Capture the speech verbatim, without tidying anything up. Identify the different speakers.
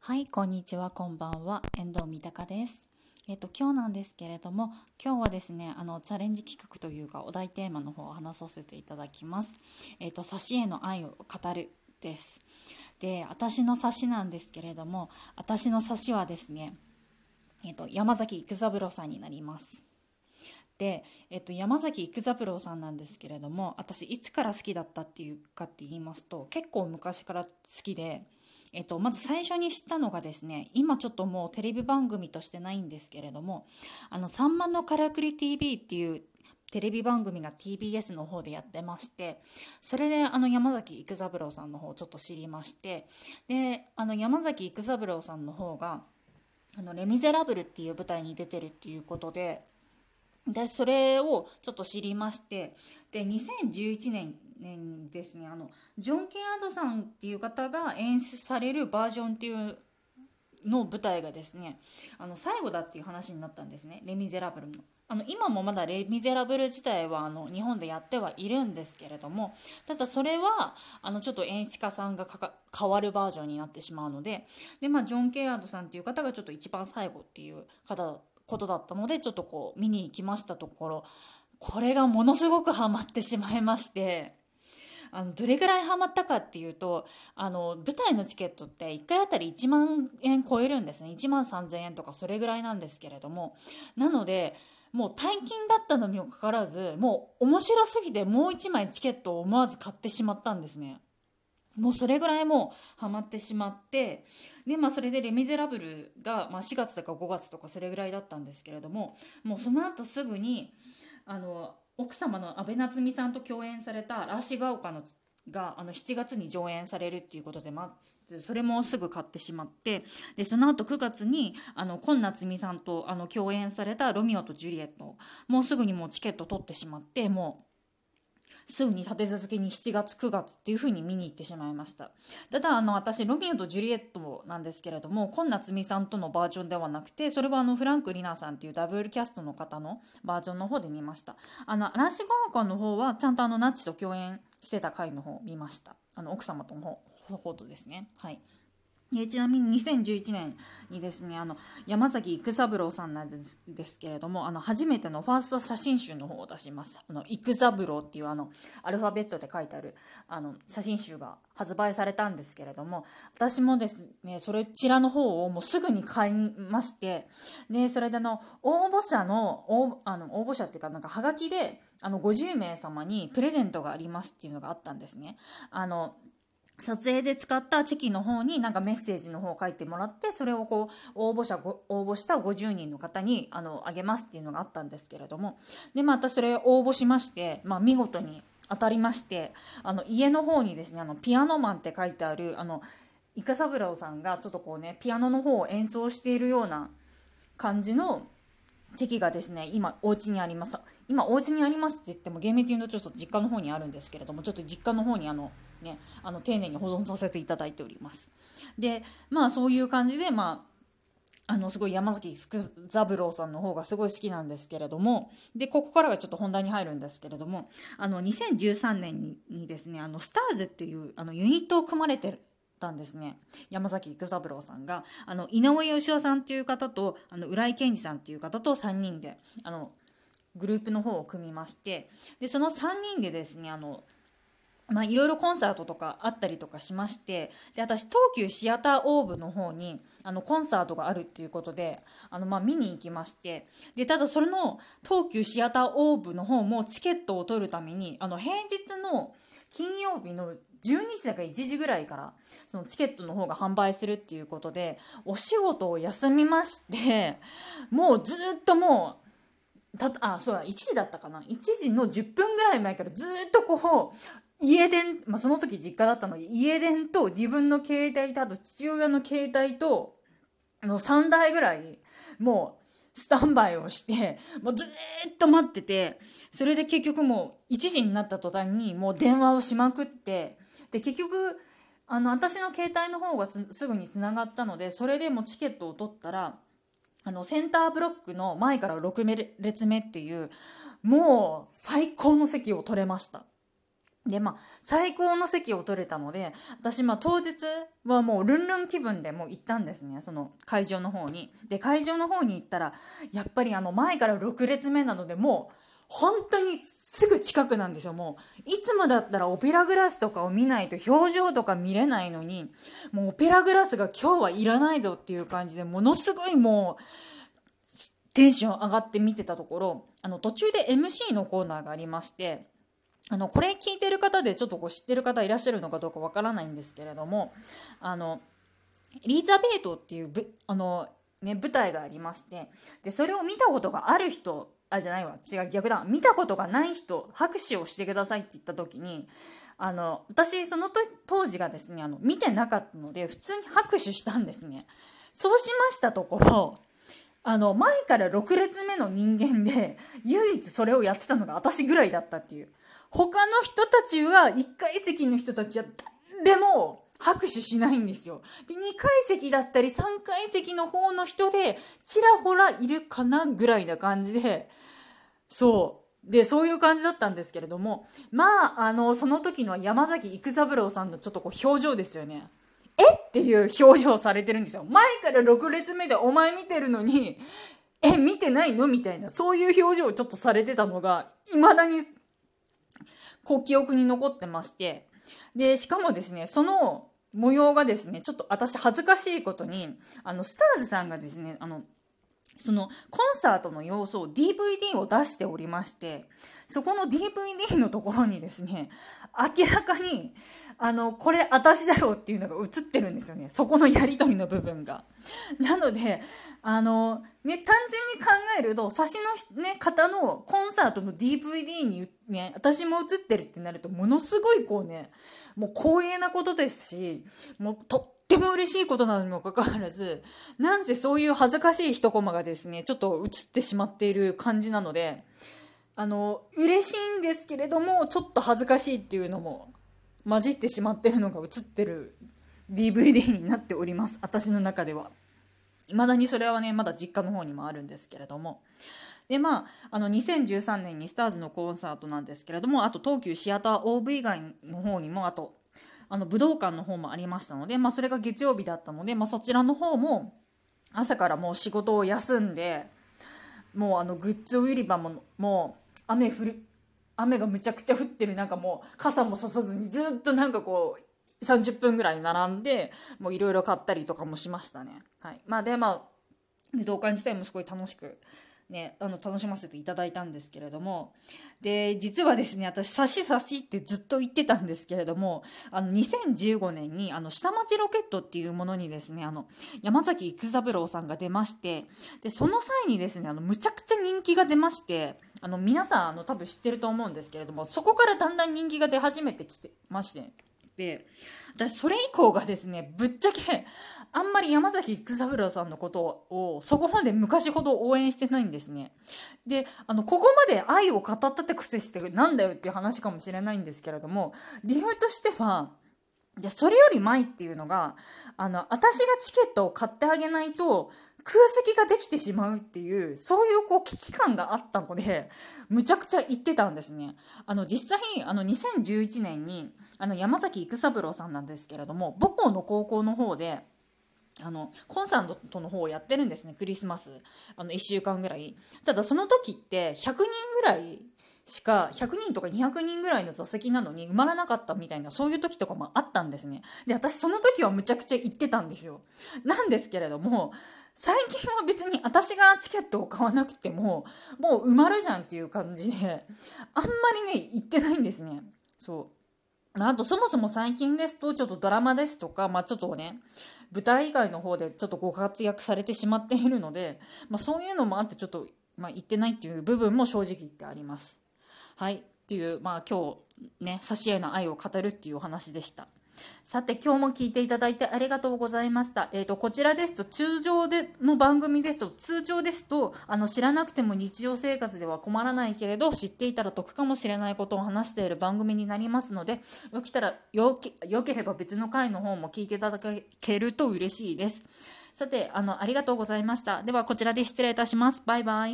Speaker 1: はい、こんにちは、こんばんは、遠藤三鷹です。えっと、今日なんですけれども、今日はですね、あの、チャレンジ企画というか、お題テーマの方を話させていただきます。えっと、サシへの愛を語るです。で、私のサシなんですけれども、私のサシはですね、えっと、山崎育三郎さんになります。で、えっと、山崎育三郎さんなんですけれども、私いつから好きだったっていうかって言いますと、結構昔から好きで、えっと、まず最初に知ったのがですね、今ちょっともうテレビ番組としてないんですけれども、あの、さんまのからくり ティーブイ っていうテレビ番組が ティービーエス の方でやってまして、それであの山崎育三郎さんの方をちょっと知りまして、で、あの山崎育三郎さんの方が、あの、レ・ミゼラブルっていう舞台に出てるっていうことで、で、それをちょっと知りまして、で、にせんじゅういちねんにですね、あの、ジョン・ケアードさんっていう方が演出されるバージョンっていうの舞台がですね、あの、最後だっていう話になったんですね、レ・ミゼラブルの。あの、今もまだレ・ミゼラブル自体はあの日本でやってはいるんですけれども、ただそれはあのちょっと演出家さんがかか変わるバージョンになってしまうので、で、まあ、ジョン・ケアードさんっていう方がちょっと一番最後っていう方ことだったので、ちょっとこう見に行きましたところ、これがものすごくハマってしまいまして、あのどれぐらいハマったかっていうと、あの舞台のチケットっていっかいあたりいちまん円超えるんですね。いちまんさんぜんえんとかそれぐらいなんですけれども、なのでもう大金だったのにもかかわらず、もう面白すぎてもういちまいチケットを思わず買ってしまったんですね。もうそれぐらいもうハマってしまって、で、まあそれでレ・ミゼラブルが、まあ、しがつとかごがつとかそれぐらいだったんですけれども、もうその後すぐにあの奥様の安倍夏実さんと共演されたラーシガオカのがあのしちがつに上演されるっていうことで、まずそれもすぐ買ってしまって、でその後くがつにあの今夏美さんとあの共演された「ロミオとジュリエット」もうすぐにもうチケット取ってしまって、もうすぐに立て続けにしちがつくがつっていう風に見に行ってしまいました。ただあの私ロミオとジュリエットなんですけれども、今夏美さんとのバージョンではなくて、それはあのフランク・リナさんっていうダブルキャストの方のバージョンの方で見ました。あの嵐川館の方はちゃんとあのナッチと共演してた回の方を見ました。あの奥様との方の方とですね、はい。えちなみににせんじゅういちねんにですね、あの山崎育三郎さんなんですですけれども、あの初めてのファースト写真集の方を出します。あの育三郎っていうあのアルファベットで書いてあるあの写真集が発売されたんですけれども、私もですねそれちらの方をもうすぐに買いまして、でそれであの応募者の応あの応募者っていうかなんかはがきであのごじゅうめい様にプレゼントがありますっていうのがあったんですね。あの撮影で使ったチェキの方になんかメッセージの方を書いてもらって、それをこう応募者ご応募したごじゅうにんの方にあのあげますっていうのがあったんですけれども、でまたそれ応募しまして、まあ、見事に当たりまして、あの家の方にですね、あのピアノマンって書いてあるあの育三郎さんがちょっとこうねピアノの方を演奏しているような感じのチェキがですね、今お家にあります。今お家にありますって言っても厳密に言うとちょっと実家の方にあるんですけれども、ちょっと実家の方にあのね、あの丁寧に保存させていただいております。で、まあそういう感じで、まああのすごい山崎育三郎さんの方がすごい好きなんですけれども、でここからがちょっと本題に入るんですけれども、あのにせんじゅうさんねんににですね、あのスターズっていうあのユニットを組まれてたんですね、山崎育三郎さんが。あの井上芳雄さんっていう方とあの浦井健二さんっていう方とさんにんであのグループの方を組みまして、でそのさんにんでですね、あのまあいろいろコンサートとかあったりとかしまして、で私東急シアターオーブの方にあのコンサートがあるっていうことであのまあ見に行きまして、でただそれの東急シアターオーブの方もチケットを取るためにあの平日の金曜日のじゅうにじだかいちじぐらいからそのチケットの方が販売するっていうことでお仕事を休みまして、もうずっともうたあそうだいちじだったかな、いちじのじゅっぷんぐらい前からずっとこう家電、まあ、その時実家だったので家電と自分の携帯とあと父親の携帯とのさんだいぐらいもうスタンバイをしてもうずーっと待ってて、それで結局もういちじになった途端にもう電話をしまくって、で結局あの私の携帯の方がつすぐにつながったので、それでもチケットを取ったらあのセンターブロックの前からろく列目っていうもう最高の席を取れました。 でまあ最高の席を取れたので、私まあ当日はもうルンルン気分でもう行ったんですね、その会場の方に。で会場の方に行ったらやっぱりあの前からろく列目なので、もう本当にすぐ近くなんですよ。もういつもだったらオペラグラスとかを見ないと表情とか見れないのに、もうオペラグラスが今日はいらないぞっていう感じで、ものすごいもうテンション上がって見てたところ、あの途中で エムシー のコーナーがありまして、あのこれ聞いてる方でちょっとこう知ってる方いらっしゃるのかどうかわからないんですけれども、あのエリザベートっていうぶあの、ね、舞台がありまして、でそれを見たことがある人、あじゃないわ違う逆だ、見たことがない人拍手をしてくださいって言った時に、あの私そのと当時がですね、あの見てなかったので普通に拍手したんですね。そうしましたところ、あの前からろく列目の人間で唯一それをやってたのが私ぐらいだったっていう。他の人たちはいっかい席の人たちは誰も拍手しないんですよ。でにかい席だったりさんかい席の方の人でちらほらいるかなぐらいな感じで、そうでそういう感じだったんですけれども、まああのその時の山崎育三郎さんのちょっとこう表情ですよね。えっていう表情されてるんですよ。前からろく列目でお前見てるのにえ見てないのみたいな、そういう表情をちょっとされてたのがいまだにこう記憶に残ってまして、でしかもですね、その模様がですね、ちょっと私恥ずかしいことに、あのスターズさんがですね、あのそのコンサートの様子を ディーブイディー を出しておりまして、そこの ディーブイディー のところにですね、明らかにあのこれ私だろうっていうのが映ってるんですよね、そこのやり取りの部分が。なのであのね、単純に考えると差しの、ね、方のコンサートの ディーブイディー に、ね、私も映ってるってなるとものすごいこうね、もう光栄なことですし、もうとっても嬉しいことなのにもかかわらず、なんせそういう恥ずかしい一コマがですねちょっと映ってしまっている感じなので、あの嬉しいんですけれどもちょっと恥ずかしいっていうのも混じってしまってるのが映ってる ディーブイディー になっております、私の中では。未だにそれはねまだ実家の方にもあるんですけれども、でまああのにせんじゅうさんねんにスターズのコンサートなんですけれども、あと東急シアターオーブ以外の方にもあとあの武道館の方もありましたので、まあ、それが月曜日だったので、まあ、そちらの方も朝からもう仕事を休んで、もうあのグッズ売り場ももう雨降る雨がむちゃくちゃ降ってる中、もう傘もささずにずっとなんかこうさんじゅっぷんぐらい並んで、もういろいろ買ったりとかもしましたね。はい、まあでまあ武道館自体もすごい楽しくね、あの楽しませていただいたんですけれども、で実はですね、私差し差しってずっと言ってたんですけれども、あのにせんじゅうごねんにあの下町ロケットっていうものにですね、あの山崎育三郎さんが出まして、でその際にですね、あのむちゃくちゃ人気が出まして、あの皆さんあの多分知ってると思うんですけれども、そこからだんだん人気が出始めてきてまして、で私それ以降がですね、ぶっちゃけあんまり山崎育三郎さんのことをそこまで昔ほど応援してないんですね。であのここまで愛を語ったってくせしてなんだよっていう話かもしれないんですけれども、理由としては、いやそれより前っていうのが、あの私がチケットを買ってあげないと空席ができてしまうっていう、そういうこう危機感があったのでむちゃくちゃ言ってたんですね。あの実際あのにせんじゅういちねんにあの山崎育三郎さんなんですけれども、母校の高校の方であのコンサートの方をやってるんですね、クリスマスあのいっしゅうかんぐらい。ただその時ってひゃくにんぐらいしか、ひゃくにんとかにひゃくにんぐらいの座席なのに埋まらなかったみたいな、そういう時とかもあったんですね。で私その時はむちゃくちゃ行ってたんですよ。なんですけれども最近は別に私がチケットを買わなくてももう埋まるじゃんっていう感じで、あんまりね行ってないんですね。そうあとそもそも最近ですとちょっとドラマですとか、まあ、ちょっとね舞台以外の方でちょっとご活躍されてしまっているので、まあ、そういうのもあってちょっと、まあ、言ってないっていう部分も正直言ってあります。はいっていう、まあ、今日ね挿絵の愛を語るっていうお話でした。さて今日も聞いていただいてありがとうございました。えーと、こちらですと通常での番組ですと通常ですとあの知らなくても日常生活では困らないけれど知っていたら得かもしれないことを話している番組になりますので、よきたらよけよければ別の回の方も聞いていただけると嬉しいです。さてあのありがとうございました。ではこちらで失礼いたします。バイバイ。